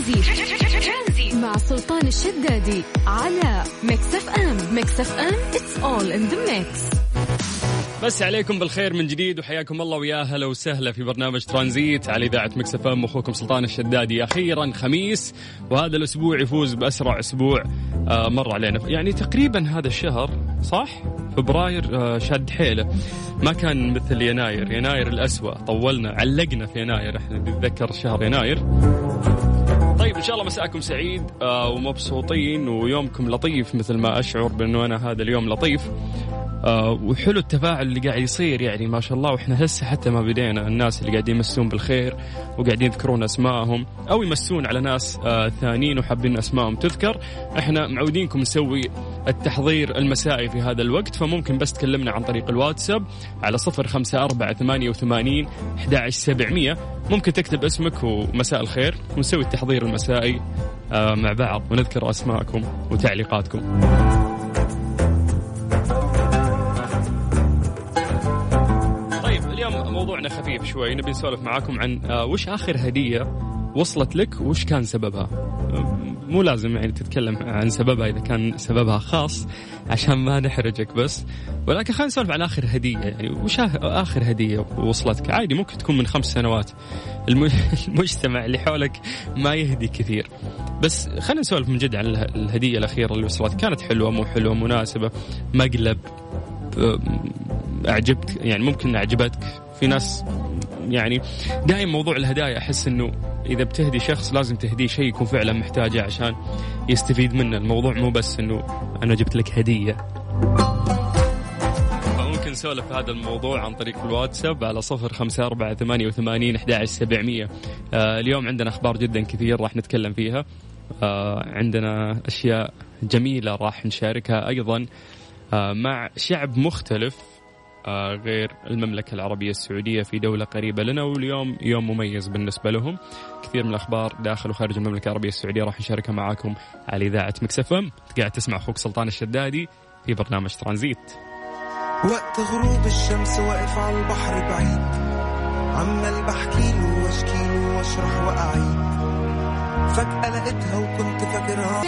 ترانزيت مع سلطان الشدادي على ميكس اف ام. ميكس اف ام it's all in the mix. بس عليكم بالخير من جديد وحياكم الله ويا هلا وسهلا في برنامج ترانزيت على إذاعة ميكس اف ام. أخوكم سلطان الشدادي. أخيرا خميس وهذا الأسبوع يفوز بأسرع أسبوع مر علينا، يعني تقريبا هذا الشهر صح؟ فبراير شاد حيله، ما كان مثل يناير الأسوأ، طولنا علقنا في يناير، احنا نتذكر شهر يناير. طيب إن شاء الله مساءكم سعيد ومبسوطين ويومكم لطيف مثل ما أشعر بأنه أنا هذا اليوم لطيف. وحلو التفاعل اللي قاعد يصير، يعني ما شاء الله. وإحنا هسه حتى ما بدينا، الناس اللي قاعدين يمسون بالخير وقاعدين يذكرون أسمائهم أو يمسون على ناس ثانيين وحابين أسمائهم تذكر. إحنا معودينكم نسوي التحضير المسائي في هذا الوقت، فممكن بس تكلمنا عن طريق الواتساب على 0548811700. ممكن تكتب اسمك ومساء الخير ونسوي التحضير المسائي مع بعض ونذكر أسماءكم وتعليقاتكم. موضوعنا خفيف شوي، نبي نسولف معاكم عن وش آخر هدية وصلت لك وش كان سببها. مو لازم يعني تتكلم عن سببها إذا كان سببها خاص عشان ما نحرجك بس، ولكن خلينا نسولف عن آخر هدية. يعني وش آخر هدية وصلتك؟ عادي ممكن تكون من 5 سنوات. المجتمع اللي حولك ما يهدي كثير، بس خلينا نسولف من جد عن الهدية الأخيرة اللي وصلت. كانت حلوة مو حلوة، مناسبة، مقلب، أعجبت، يعني ممكن أعجبتك. في ناس يعني دائما موضوع الهدايا أحس إنه إذا بتهدي شخص لازم تهديه شيء يكون فعلا محتاجه عشان يستفيد منه. الموضوع مو بس إنه أنا جبت لك هدية. فممكن نسولف هذا الموضوع عن طريق الواتساب على 0548811700. اليوم عندنا أخبار جدا كثير راح نتكلم فيها. عندنا أشياء جميلة راح نشاركها أيضا مع شعب مختلف غير المملكة العربية السعودية في دولة قريبة لنا، واليوم يوم مميز بالنسبة لهم. كثير من الأخبار داخل وخارج المملكة العربية السعودية راح نشاركها معاكم على إذاعة ميكس اف ام. قاعد تسمع أخوك سلطان الشدادي في برنامج ترانزيت. وقت غروب الشمس واقف على البحر بعيد، عمال بحكيله واشكيله واشرح وأعيد، فجأة لقيتها وكنت فاكرها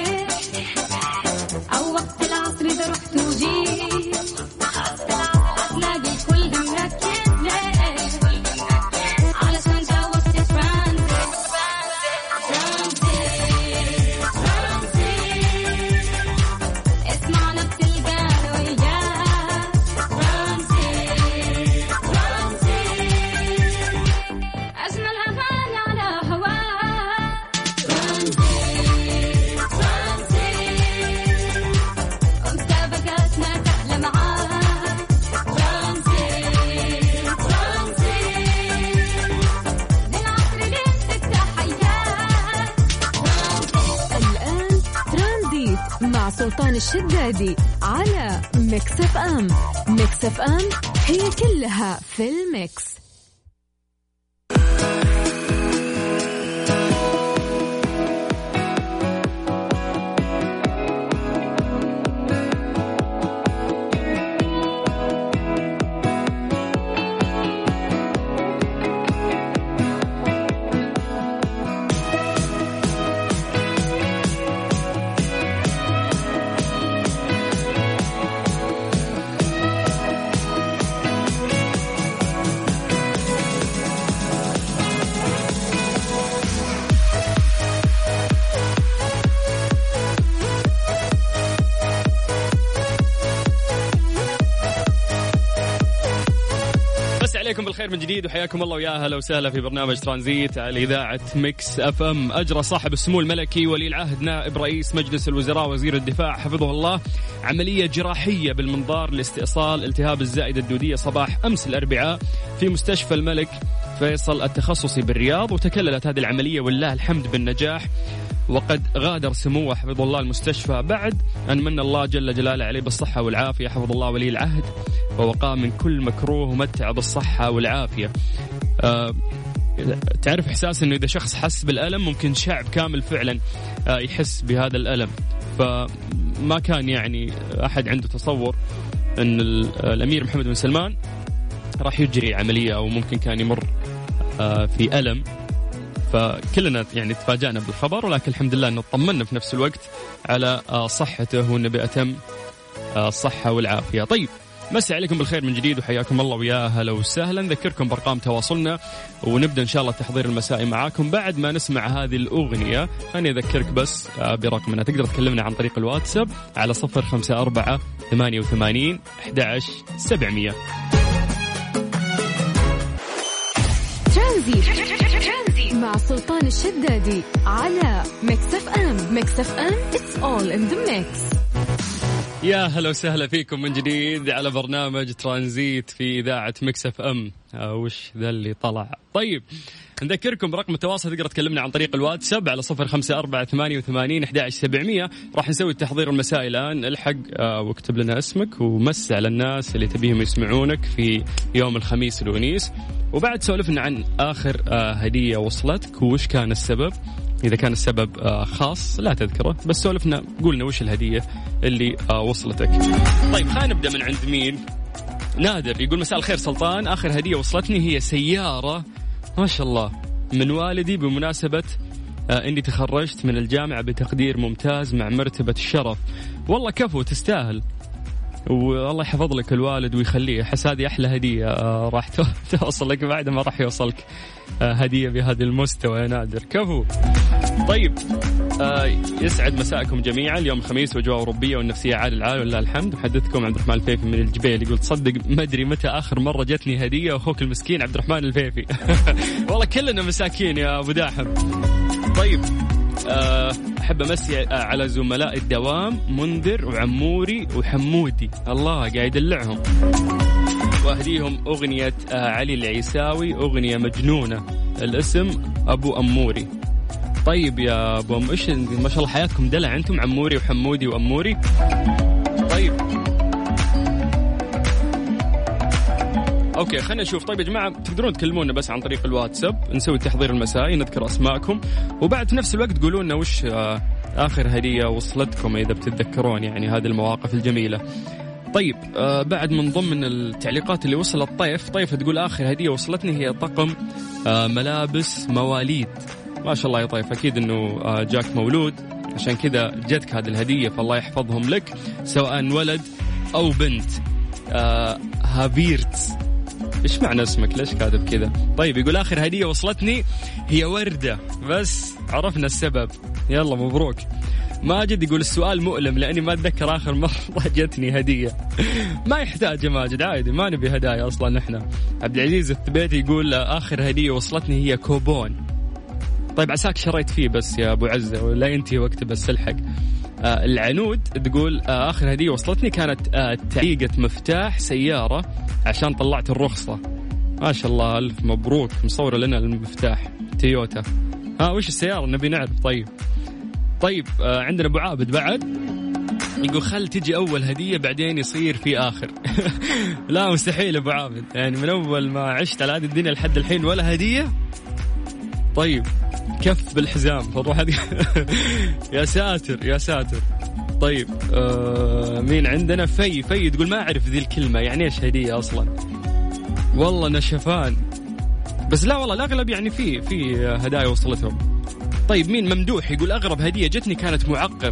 أو وقت العصر إذا رحت وجيت هتلاقي كل ده مركز علشان جوزت ترانزيت. اسمعنا بتلقانا وياك ترانزيت. أجمل أغاني على هواك ترانزيت. ومسابقاتنا سهلة معاك مع سلطان الشدادي على ميكس اف ام. ميكس اف ام هي كلها في الميكس. عليكم بالخير من جديد وحياكم الله ويا هلا وسهلا في برنامج ترانزيت على إذاعة ميكس اف ام. أجرى صاحب السمو الملكي ولي العهد نائب رئيس مجلس الوزراء وزير الدفاع حفظه الله عملية جراحية بالمنظار لاستئصال التهاب الزائدة الدودية صباح أمس الأربعاء في مستشفى الملك فيصل التخصصي بالرياض، وتكللت هذه العملية والله الحمد بالنجاح، وقد غادر سموه حفظ الله المستشفى بعد أن من الله جل جلاله عليه بالصحة والعافية. حفظ الله ولي العهد ووقاه من كل مكروه ومتع بالصحة والعافية. تعرف إحساس أنه إذا شخص حس بالألم ممكن شعب كامل فعلا يحس بهذا الألم. فما كان يعني أحد عنده تصور أن الأمير محمد بن سلمان راح يجري عملية أو ممكن كان يمر في ألم فكلنا يعني تفاجأنا بالخبر، ولكن الحمد لله أنه طمنا في نفس الوقت على صحته وأنه بأتم الصحة والعافية. طيب مسي عليكم بالخير من جديد وحياكم الله ويا هلا وسهلا. نذكركم بأرقام تواصلنا ونبدأ إن شاء الله تحضير المسائي معاكم بعد ما نسمع هذه الأغنية. خليني أذكرك بس برقمنا، تقدر تكلمنا عن طريق الواتساب على 054 88 11 700. ترانزيت مع سلطان الشدادي على ميكس اف ام. ميكس اف ام it's all in the mix. يا هلا وسهلا فيكم من جديد على برنامج ترانزيت في إذاعة ميكس اف ام. وش ذا اللي طلع؟ طيب نذكركم برقم التواصل، تقدر تكلمنا عن طريق الواتساب على 054 88 11 700. راح نسوي التحضير المسائي الآن. الحق واكتب لنا اسمك ومس على الناس اللي تبيهم يسمعونك في يوم الخميس الونيس، وبعد سولفنا عن آخر هدية وصلتك وش كان السبب. إذا كان السبب خاص لا تذكره، بس سولفنا قولنا وش الهدية اللي وصلتك. طيب خلينا نبدأ من عند مين؟ نادر يقول مساء الخير سلطان، آخر هدية وصلتني هي سيارة ما شاء الله من والدي بمناسبة إني تخرجت من الجامعة بتقدير ممتاز مع مرتبة الشرف. والله كفو تستاهل، والله يحفظ لك الوالد ويخليه. حس هذه أحلى هدية راح توصل لك بعد ما راح يوصلك هدية بهذا المستوى يا نادر، كفو. طيب يسعد مساءكم جميعا. اليوم خميس وجواء أوروبية والنفسية عال العال ولله الحمد. محدثكم عبد الرحمن الفيفي من الجبيل يقول تصدق ما أدري متى آخر مرة جتني هدية وأخوك المسكين عبد الرحمن الفيفي. والله كلنا مساكين يا أبو داحم. طيب أحب أمسي على زملاء الدوام منذر وعموري وحمودي، الله قاعد يدلعهم، وأهديهم أغنية علي العيساوي أغنية مجنونة الاسم أبو أموري. طيب يا أبو إيش ما شاء الله حياتكم دلع أنتم، عموري وحمودي وأموري. طيب اوكي خلينا نشوف. طيب يا جماعه تقدرون تكلمونا بس عن طريق الواتساب، نسوي التحضير المسائي، نذكر اسماءكم، وبعد في نفس الوقت تقولوا لنا وش اخر هديه وصلتكم اذا بتتذكرون يعني هذه المواقف الجميله. طيب بعد من ضمن التعليقات اللي وصلت طيف تقول اخر هديه وصلتني هي طقم ملابس مواليد. ما شاء الله يا طيف، اكيد انه جاك مولود عشان كذا جتك هذه الهديه، فالله يحفظهم لك سواء ولد او بنت. هافيرتس إيش معنى اسمك؟ ليش كاتب كذا؟ طيب يقول آخر هدية وصلتني هي وردة، بس عرفنا السبب. يلا مبروك. ماجد يقول السؤال مؤلم لأني ما أتذكر آخر مرة جتني هدية. ما يحتاج يا ماجد، عادي ما نبي هدايا أصلا نحن. عبد العزيز الثبيتي يقول آخر هدية وصلتني هي كوبون. طيب عساك شريت فيه بس يا أبو عزة ولا أنتي وقت بس الحق. العنود تقول آخر هدية وصلتني كانت تعليقة مفتاح سيارة عشان طلعت الرخصة. ما شاء الله ألف مبروك، مصورة لنا المفتاح تويوتا. وش السيارة نبي نعرف. طيب عندنا أبو عابد بعد يقول خل تجي أول هدية بعدين يصير في آخر. لا مستحيل أبو عابد، يعني من أول ما عشت على هذه الدنيا لحد الحين ولا هدية. طيب كف بالحزام فنروح هذه. يا ساتر يا ساتر. طيب مين عندنا؟ في تقول ما أعرف ذي الكلمة يعني إيش هدية أصلا، والله نشفان. بس لا والله الأغلب يعني في هدايا وصلتهم. طيب مين؟ ممدوح يقول أغرب هدية جتني كانت معقم.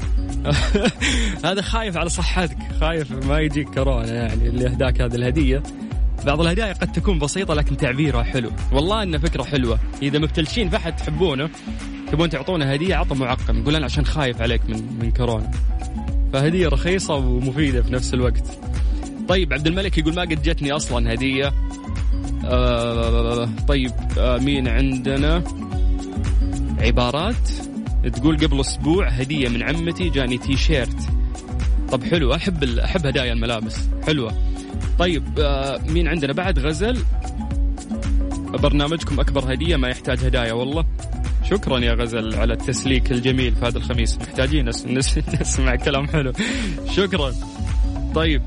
هذا خايف على صحتك، خايف ما يجيك كورونا يعني اللي أهداك هذه الهدية. بعض الهدايا قد تكون بسيطة لكن تعبيرها حلو. والله إنه فكرة حلوة، إذا مبتلشين فحد تحبونه تبون تعطونه هدية عطوا معقم، يقول أنا عشان خايف عليك من كورونا. فهدية رخيصة ومفيدة في نفس الوقت. طيب عبد الملك يقول ما قد جتني أصلا هدية. طيب مين عندنا؟ عبارات تقول قبل أسبوع هدية من عمتي جاني تي شيرت. طب حلو، أحب هدايا الملابس حلوة. طيب مين عندنا بعد؟ غزل برنامجكم أكبر هدية ما يحتاج هدايا. والله شكرا يا غزل على التسليك الجميل في هذا الخميس، محتاجين نسمع كلام حلو. شكرا. طيب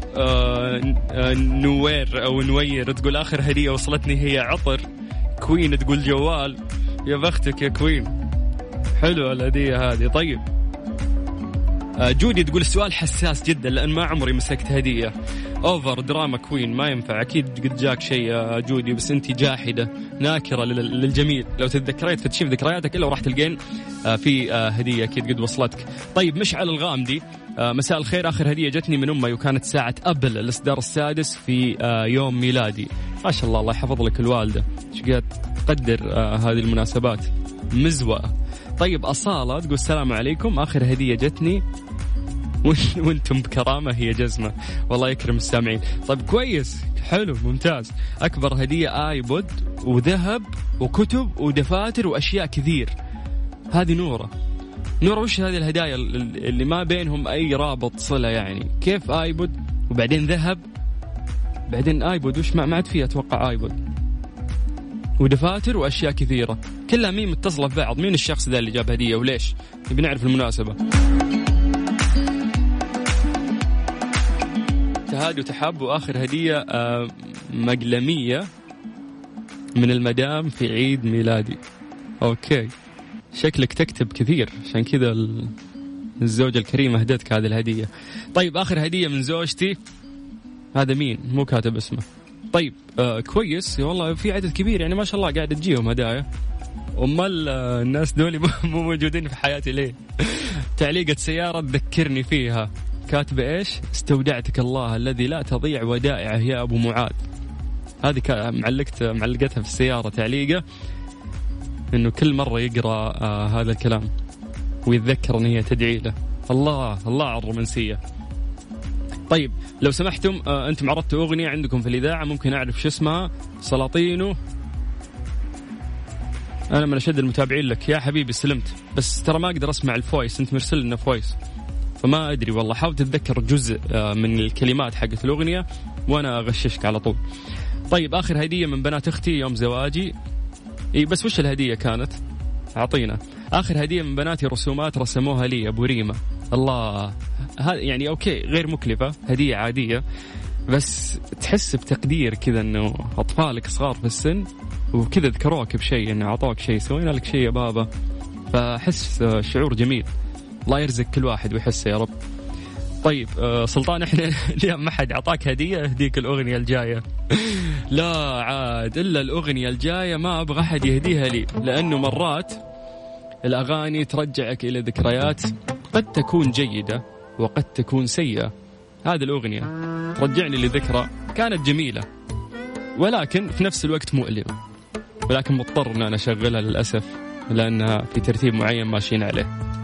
نوير أو نوير تقول آخر هدية وصلتني هي عطر. كوين تقول جوال. يا بختك يا كوين، حلو الهدية هذه. طيب جودي تقول السؤال حساس جدا لأن ما عمري مسكت هدية. أوفر دراما كوين ما ينفع، أكيد قد جاك شيء يا جودي بس أنتي جاحدة ناكرة للجميل. لو تتذكرين تفتشين في ذكرياتك إلا وراح تلقين في هدية أكيد قد وصلتك. طيب مشعل الغامدي، مساء الخير، آخر هدية جتني من أمي وكانت ساعة أبل الإصدار السادس في يوم ميلادي. ما شاء الله، الله يحفظ لك الوالدة، شقد تقدر هذه المناسبات، مزوأة. طيب أصالة تقول السلام عليكم، آخر هدية جتني وانتم بكرامة هي جزمة، والله يكرم السامعين. طيب كويس، حلو، ممتاز. أكبر هدية آيبود وذهب وكتب ودفاتر وأشياء كثير. هذه نورة. وش هذه الهدايا اللي ما بينهم أي رابط صلة؟ يعني كيف آيبود وبعدين ذهب بعدين آيبود؟ وش ما عاد فيه أتوقع آيبود ودفاتر وأشياء كثيرة كلها مين متصلة ببعض؟ مين الشخص ذا اللي جاب هدية وليش؟ نبي نعرف المناسبة. تهاد وتحب، وآخر هدية مقلمية من المدام في عيد ميلادي. أوكي، شكلك تكتب كثير عشان كذا الزوجة الكريمة هدتك هذه الهدية. طيب آخر هدية من زوجتي. هذا مين؟ مو كاتب اسمه. طيب كويس والله، في عدد كبير يعني ما شاء الله قاعد تجيهم هدايا. أمال الناس دولي مو موجودين في حياتي ليه؟ تعليقة سيارة تذكرني فيها، كاتبة إيش؟ استودعتك الله الذي لا تضيع ودائعه يا أبو معاذ. هذه معلقتها في السيارة تعليقة إنه كل مرة يقرأ هذا الكلام ويتذكر أن هي تدعي له. الله على الرومانسية. طيب لو سمحتم، أنتم عرضتوا أغنية عندكم في الإذاعة، ممكن أعرف شو اسمها؟ سلاطينه. أنا من أشد المتابعين لك يا حبيبي، سلمت، بس ترى ما أقدر أسمع الفويس، أنت مرسل لنا فويس فما أدري والله. حاول تتذكر جزء من الكلمات حقت الأغنية وأنا أغششك على طول. طيب آخر هدية من بنات أختي يوم زواجي. بس وش الهدية كانت؟ أعطينا. آخر هدية من بناتي رسومات رسموها لي أبو ريمة. الله، هذا يعني أوكي غير مكلفة، هدية عادية بس تحس بتقدير كذا إنه أطفالك صغار في السن وكذا ذكروك بشيء، إنه عطوك شيء، سوينا لك شيء يا بابا، فحس شعور جميل. الله يرزق كل واحد ويحسه يا رب. طيب سلطان، احنا اليوم ما حد عطاك هدية، اهديك الأغنية الجاية. لا عاد إلا الأغنية الجاية ما أبغى أحد يهديها لي، لأنه مرات الأغاني ترجعك إلى ذكريات قد تكون جيدة وقد تكون سيئة. هذه الأغنية ترجعني لذكرى كانت جميلة ولكن في نفس الوقت مؤلمة، ولكن مضطر أن أنا أشغلها للأسف لأنها في ترتيب معين ماشيين عليه.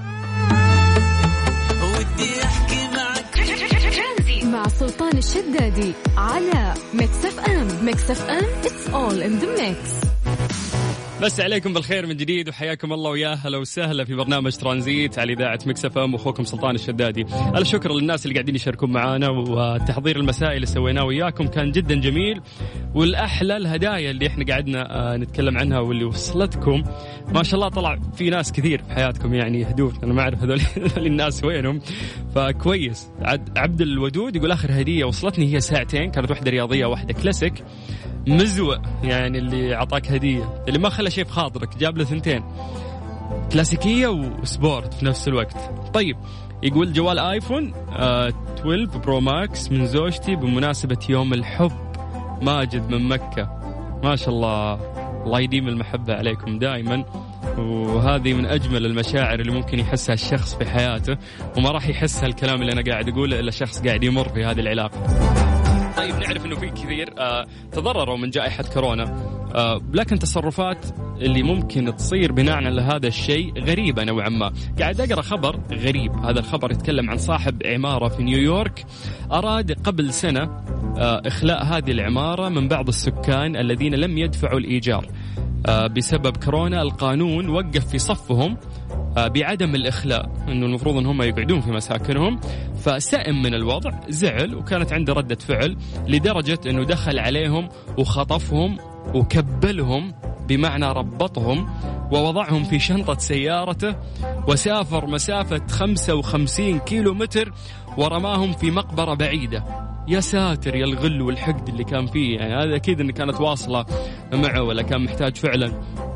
مع سلطان الشدادي على ميكس اف ام. ميكس اف ام it's all in the mix. بس عليكم بالخير من جديد وحياكم الله ويا هلا وسهلا في برنامج ترانزيت على إذاعة ميكس اف ام، واخوكم سلطان الشدادي. الشكر للناس اللي قاعدين يشاركون معنا، والتحضير المسائي اللي سويناه وياكم كان جدا جميل، والأحلى الهدايا اللي احنا قاعدنا نتكلم عنها واللي وصلتكم ما شاء الله. طلع في ناس كثير في حياتكم يعني يهدون، أنا ما أعرف هذول الناس وينهم، فكويس. عبد الودود يقول آخر هدية وصلتني هي ساعتين، كانت واحدة رياضية واحدة كلاسيك. مزوء يعني اللي عطاك هدية، اللي ما خلى شيء في خاطرك، جاب له ثنتين، كلاسيكية وسبورت في نفس الوقت. طيب يقول جوال آيفون 12 برو ماكس من زوجتي بمناسبة يوم الحب. ماجد من مكة، ما شاء الله، الله يديم المحبة عليكم دائما. وهذه من أجمل المشاعر اللي ممكن يحسها الشخص في حياته، وما راح يحس الكلام اللي أنا قاعد أقوله إلا شخص قاعد يمر في هذه العلاقة. طيب نعرف أنه في كثير تضرروا من جائحة كورونا، لكن تصرفات اللي ممكن تصير بناء على هذا الشيء غريبة نوعا ما. قاعد أقرأ خبر غريب، هذا الخبر يتكلم عن صاحب عمارة في نيويورك أراد قبل سنة إخلاء هذه العمارة من بعض السكان الذين لم يدفعوا الإيجار. بسبب كورونا القانون وقف في صفهم بعدم الإخلاء، إنه المفروض إن هم يقعدون في مساكنهم، فسئم من الوضع، زعل وكانت عنده ردة فعل لدرجة إنه دخل عليهم وخطفهم وكبلهم، بمعنى ربطهم ووضعهم في شنطة سيارته وسافر مسافة 55 كيلومتر ورماهم في مقبرة بعيدة. يا ساتر يا الغل والحقد اللي كان فيه، يعني هذا أكيد إن كانت واصلة معه ولا كان محتاج فعلا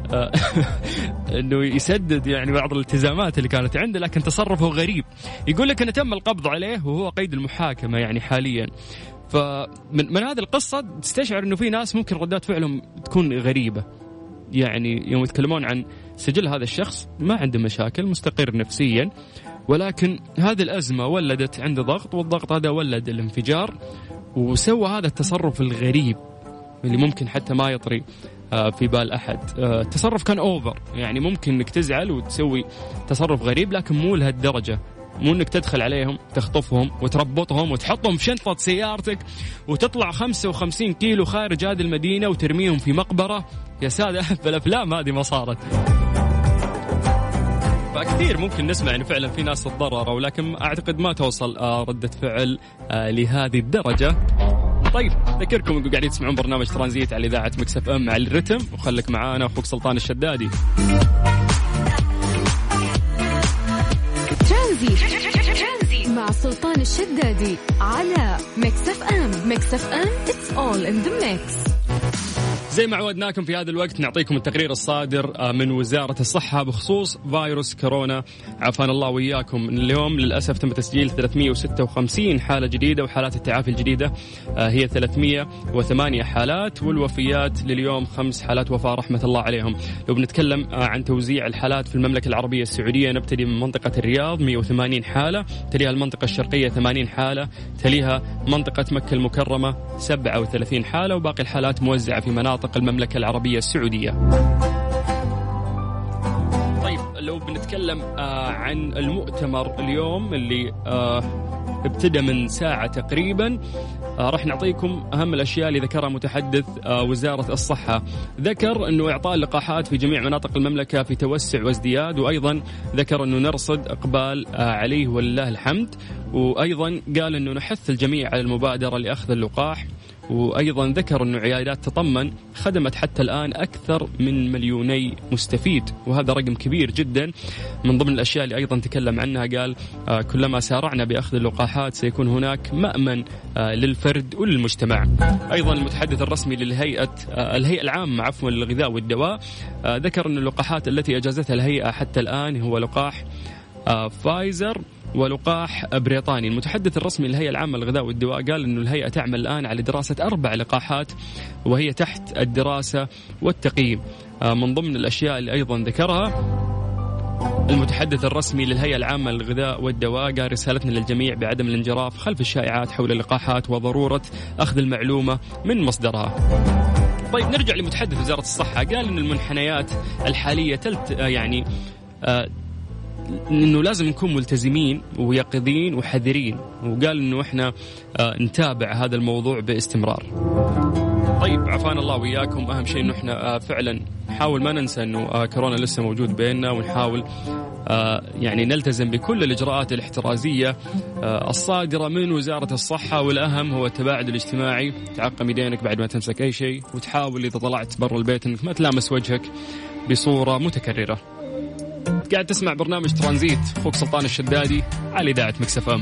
إنه يسدد يعني بعض الالتزامات اللي كانت عنده، لكن تصرفه غريب. يقول لك أنه تم القبض عليه وهو قيد المحاكمة يعني حاليا. فمن هذه القصة تستشعر إنه في ناس ممكن ردات فعلهم تكون غريبة، يعني يوم يتكلمون عن سجل هذا الشخص ما عنده مشاكل، مستقر نفسيا، ولكن هذه الأزمة ولدت عنده ضغط، والضغط هذا ولد الانفجار، وسوى هذا التصرف الغريب اللي ممكن حتى ما يطري في بال أحد. التصرف كان أوفر، يعني ممكن إنك تزعل وتسوي تصرف غريب، لكن مو لهالدرجة، مو إنك تدخل عليهم تخطفهم وتربطهم وتحطهم في شنطة سيارتك وتطلع 55 كيلو خارج هذه المدينة وترميهم في مقبرة. يا سادة في الأفلام هذه ما صارت. فكثير ممكن نسمع إن فعلا في ناس تضرروا، ولكن أعتقد ما توصل ردة فعل لهذه الدرجة. طيب ذكركم انكم قاعدين تسمعون برنامج ترانزيت على اذاعه مكس اف ام على الرتم، وخليك معانا اخوك سلطان الشدادي. ترانزيت مع سلطان الشدادي على مكس اف ام. مكس اف ام it's all in the mix. زي ما عودناكم في هذا الوقت نعطيكم التقرير الصادر من وزارة الصحة بخصوص فيروس كورونا، عافانا الله وإياكم. اليوم للأسف تم تسجيل 356 حالة جديدة، وحالات التعافي الجديدة هي 308 حالات، والوفيات لليوم 5 حالات وفاة رحمة الله عليهم. لو بنتكلم عن توزيع الحالات في المملكة العربية السعودية، نبتدي من منطقة الرياض 180 حالة، تليها المنطقة الشرقية 80 حالة، تليها منطقة مكة المكرمة 37 حالة، وباقي الحالات موزعة في مناطق المملكة العربية السعودية. طيب لو بنتكلم عن المؤتمر اليوم اللي ابتدى من ساعة تقريبا، راح نعطيكم أهم الأشياء اللي ذكرها متحدث وزارة الصحة. ذكر أنه إعطاء اللقاحات في جميع مناطق المملكة في توسع وازدياد، وأيضا ذكر أنه نرصد إقبال عليه ولله الحمد، وأيضا قال أنه نحث الجميع على المبادرة لأخذ اللقاح، وأيضا ذكر أنه عيادات تطمن خدمت حتى الآن أكثر من 2,000,000 مستفيد، وهذا رقم كبير جدا. من ضمن الأشياء اللي أيضا تكلم عنها قال كلما سارعنا بأخذ اللقاحات سيكون هناك مأمن للفرد وللمجتمع. أيضا المتحدث الرسمي للهيئة العامة للغذاء والدواء ذكر أن اللقاحات التي أجازتها الهيئة حتى الآن هو لقاح فايزر ولقاح بريطاني. المتحدث الرسمي للهيئة العامة للغذاء والدواء قال أن الهيئة تعمل الآن على دراسة 4 لقاحات وهي تحت الدراسة والتقييم. من ضمن الأشياء اللي أيضا ذكرها المتحدث الرسمي للهيئة العامة للغذاء والدواء قال رسالتنا للجميع بعدم الانجراف خلف الشائعات حول اللقاحات وضرورة أخذ المعلومة من مصدرها. طيب نرجع لمتحدث وزارة الصحة، قال أن المنحنيات الحالية يعني إنه لازم نكون ملتزمين ويقظين وحذرين، وقال إنه إحنا نتابع هذا الموضوع باستمرار. طيب عفانا الله وإياكم، أهم شيء إنه إحنا فعلا نحاول ما ننسى إنه كورونا لسه موجود بيننا، ونحاول يعني نلتزم بكل الإجراءات الاحترازية الصادرة من وزارة الصحة، والأهم هو التباعد الاجتماعي. تعقم يدينك بعد ما تمسك أي شيء، وتحاول إذا طلعت برا البيت إنك ما تلامس وجهك بصورة متكررة. قاعد تسمع برنامج ترانزيت، أخوك سلطان الشدادي على إذاعة مكس اف ام.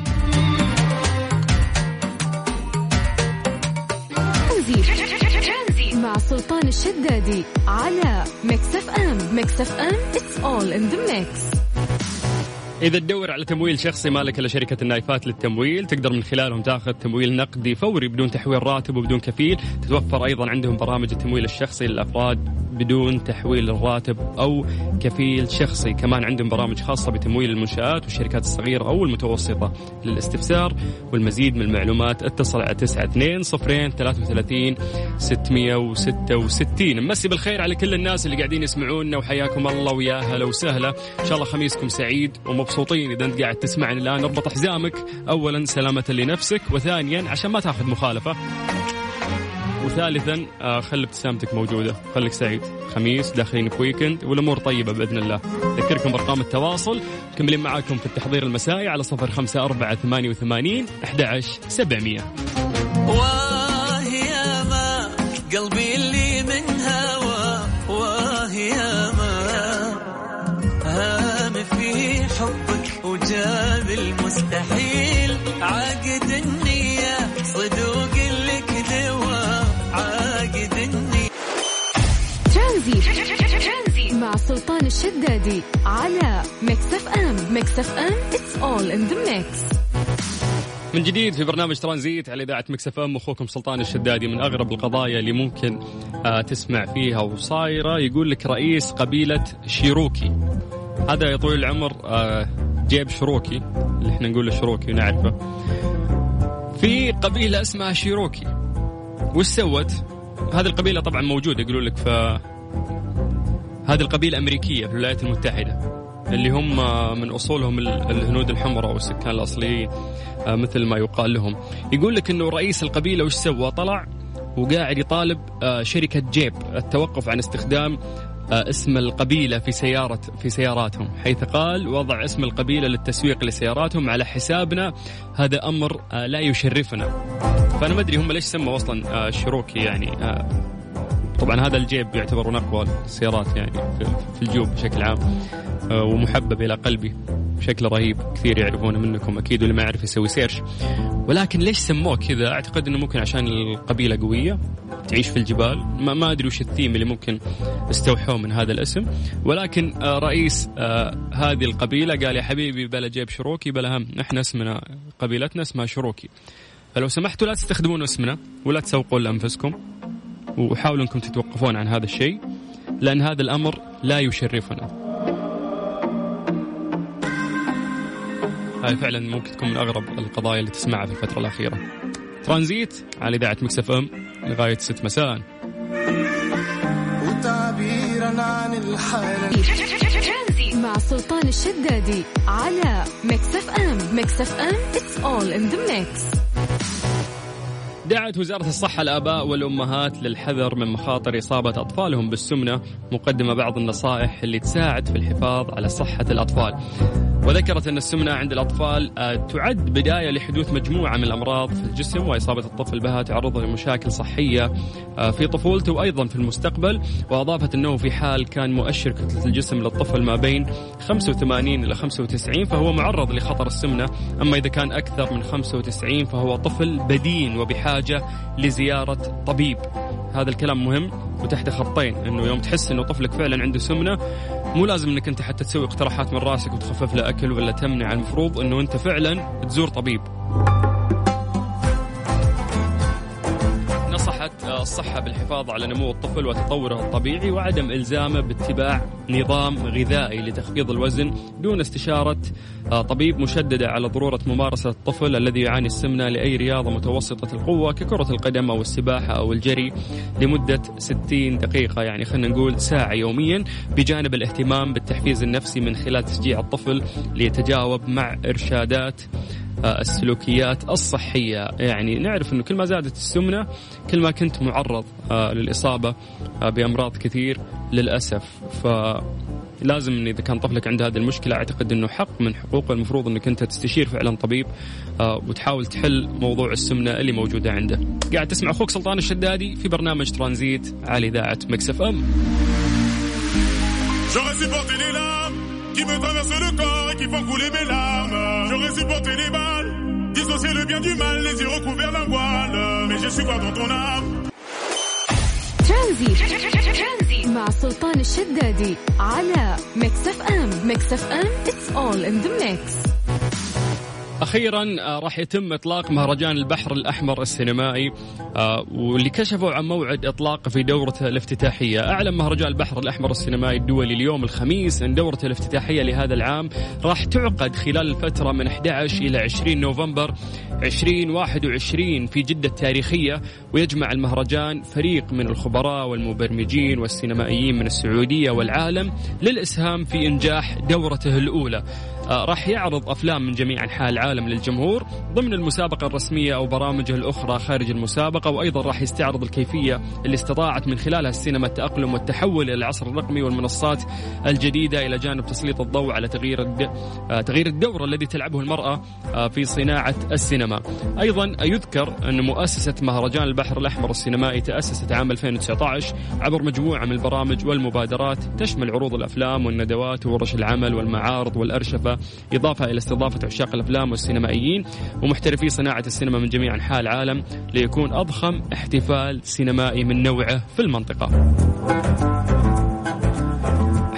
مع سلطان الشدادي على مكس اف ام. مكس اف ام it's all in the mix. إذا تدور على تمويل شخصي مالك إلا شركة النايفات للتمويل، تقدر من خلالهم تاخذ تمويل نقدي فوري بدون تحويل راتب وبدون كفيل. تتوفر أيضا عندهم برامج التمويل الشخصي للأفراد بدون تحويل الراتب أو كفيل شخصي. كمان عندهم برامج خاصة بتمويل المنشآت والشركات الصغيرة أو المتوسطة. للاستفسار والمزيد من المعلومات اتصل على 92-02-33-666. مسي بالخير على كل الناس اللي قاعدين يسمعونا، وحياكم الله ويا هلا وسهلا. إن شاء الله خميسكم سعيد ومبسوطين. إذا أنت قاعد تسمعني الآن اربط حزامك، أولا سلامة لنفسك، وثانيا عشان ما تأخذ مخالفة، وثالثا خلي ابتسامتك موجودة. خليك سعيد، خميس داخلين في ويكند والأمور طيبة بإذن الله. ذكركم برقم التواصل مكملين معاكم في التحضير المسائي على 0548811700. وهي ما قلبي اللي من هوا، وهي ما هام في حبك وجاب المستحيل، عقد النية صدوق لك دوا، عقد النية. ترانزيت مع سلطان الشدادي على مكس اف ام. مكس اف ام it's all in the mix. من جديد في برنامج ترانزيت على إذاعة مكس اف ام. أخوكم سلطان الشدادي. من أغرب القضايا اللي ممكن تسمع فيها وصايرة، يقول لك رئيس قبيلة شيروكي، هذا يا طويل العمر جيب شروكي اللي احنا نقول له شروكي ونعرفه، في قبيلة اسمها شيروكي. وش سوت؟ هذه القبيلة طبعا موجودة، يقولوا لك في هذه القبيلة أمريكية في الولايات المتحدة، اللي هم من أصولهم الهنود الحمراء والسكان الأصليين مثل ما يقال لهم. يقول لك إنه رئيس القبيلة وش سوى؟ طلع وقاعد يطالب شركة جيب التوقف عن استخدام اسم القبيلة في سياراتهم، حيث قال وضع اسم القبيلة للتسويق لسياراتهم على حسابنا هذا أمر لا يشرفنا. فأنا ما أدري هم ليش سموا أصلا شيروكي يعني. طبعا هذا الجيب يعتبر نقوى السيارات يعني في الجيوب بشكل عام، ومحبب إلى قلبي بشكل رهيب. كثير يعرفونه منكم أكيد، واللي ما يعرف يسوي سيرش. ولكن ليش سموه كذا؟ أعتقد أنه ممكن عشان القبيلة قوية تعيش في الجبال. ما أدري وش الثيم اللي ممكن استوحوه من هذا الاسم. ولكن رئيس هذه القبيلة قال يا حبيبي بلا جيب شروكي بلا هم، نحن اسمنا قبيلتنا اسمها شروكي، فلو سمحتوا لا تستخدمون اسمنا ولا تسوقون لأنفسكم، وحاولوا أنكم تتوقفون عن هذا الشيء، لأن هذا الأمر لا يشرفنا. هاي فعلا ممكن تكون من أغرب القضايا اللي تسمعها في الفترة الأخيرة. ترانزيت على إذاعة مكس اف ام لغاية 6 مساء. وتعبيرا عن الحالة مع سلطان الشدادي على مكس اف ام. مكس اف ام it's all in the mix. دعت وزارة الصحة الآباء والأمهات للحذر من مخاطر إصابة أطفالهم بالسمنة، مقدمة بعض النصائح اللي تساعد في الحفاظ على صحة الأطفال. وذكرت أن السمنة عند الأطفال تعد بداية لحدوث مجموعة من الأمراض في الجسم، وإصابة الطفل بها تعرضه لمشاكل صحية في طفولته وأيضا في المستقبل. وأضافت أنه في حال كان مؤشر كتلة الجسم للطفل ما بين 85 إلى 95 فهو معرض لخطر السمنة، أما إذا كان أكثر من 95 فهو طفل بدين وبحاجة لزيارة طبيب. هذا الكلام مهم وتحت خطين، أنه يوم تحس أنه طفلك فعلا عنده سمنة مو لازم أنك أنت حتى تسوي اقتراحات من راسك وتخفف له أكل ولا تمنع. المفروض أنه أنت فعلا تزور طبيب. نصحت الصحة بالحفاظ على نمو الطفل وتطوره الطبيعي، وعدم إلزامه باتباع نظام غذائي لتخفيض الوزن دون استشارة طبيب، مشددة على ضرورة ممارسة الطفل الذي يعاني السمنة لأي رياضة متوسطة القوة ككرة القدم أو السباحة أو الجري لمدة 60 دقيقة، يعني خلينا نقول ساعة يوميا، بجانب الاهتمام بالتحفيز النفسي من خلال تشجيع الطفل ليتجاوب مع إرشادات السلوكيات الصحية. يعني نعرف أنه كل ما زادت السمنة كل ما كنت معرض للإصابة بأمراض كثير للأسف. فلازم أن إذا كان طفلك عنده هذه المشكلة، أعتقد أنه حق من حقوقه المفروض أنك أنت تستشير فعلا طبيب وتحاول تحل موضوع السمنة اللي موجودة عنده. قاعد تسمع أخوك سلطان الشدادي في برنامج ترانزيت على إذاعة مكس اف ام. qui me traversent le corps et qui font couler mes larmes. J'aurais supporté les balles, dissocier le bien du mal, les yeux recouverts d'un voile. Mais je suis quoi dans ton âme? ترانزيت مع سلطان الشدادي على مكس اف ام. مكس اف ام it's all in the mix. أخيرا راح يتم إطلاق مهرجان البحر الأحمر السينمائي، واللي كشفوا عن موعد إطلاقه في دورته الافتتاحية. أعلن مهرجان البحر الأحمر السينمائي الدولي اليوم الخميس أن دورته الافتتاحية لهذا العام راح تعقد خلال الفترة من 11 إلى 20 نوفمبر 2021 في جدة التاريخية. ويجمع المهرجان فريق من الخبراء والمبرمجين والسينمائيين من السعودية والعالم للإسهام في إنجاح دورته الأولى. راح يعرض أفلام من جميع أنحاء العالم للجمهور ضمن المسابقة الرسمية أو برامجه الأخرى خارج المسابقة. وأيضا راح يستعرض الكيفية اللي استطاعت من خلالها السينما التأقلم والتحول إلى العصر الرقمي والمنصات الجديدة، إلى جانب تسليط الضوء على تغيير الدور الذي تلعبه المرأة في صناعة السينما. أيضا يذكر أن مؤسسة مهرجان البحر الأحمر السينمائي تأسست عام 2019 عبر مجموعة من البرامج والمبادرات تشمل عروض الأفلام والندوات وورش العمل والمعارض والأرشفة، إضافة إلى استضافة عشاق الأفلام والسينمائيين ومحترفي صناعة السينما من جميع أنحاء العالم ليكون أضخم احتفال سينمائي من نوعه في المنطقة.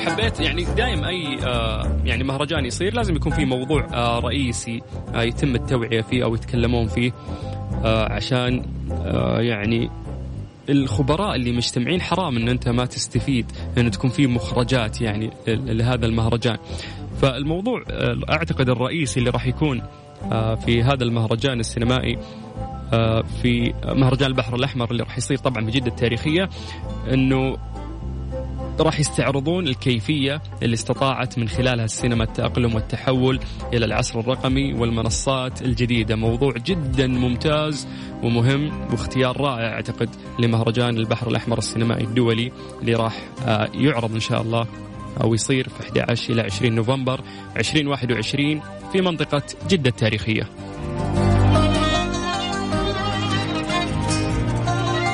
حبيت يعني دائم أي يعني مهرجان يصير لازم يكون فيه موضوع رئيسي يتم التوعية فيه أو يتكلمون فيه، عشان يعني الخبراء اللي مجتمعين حرام أن أنت ما تستفيد، أن تكون فيه مخرجات يعني لهذا المهرجان. فالموضوع أعتقد الرئيسي اللي راح يكون في هذا المهرجان السينمائي في مهرجان البحر الأحمر اللي راح يصير طبعا في جدة التاريخية، أنه راح يستعرضون الكيفية اللي استطاعت من خلالها السينما التأقلم والتحول إلى العصر الرقمي والمنصات الجديدة. موضوع جدا ممتاز ومهم واختيار رائع أعتقد لمهرجان البحر الأحمر السينمائي الدولي اللي راح يعرض إن شاء الله أو يصير في 11 إلى 20 نوفمبر 2021 في منطقة جدة التاريخية.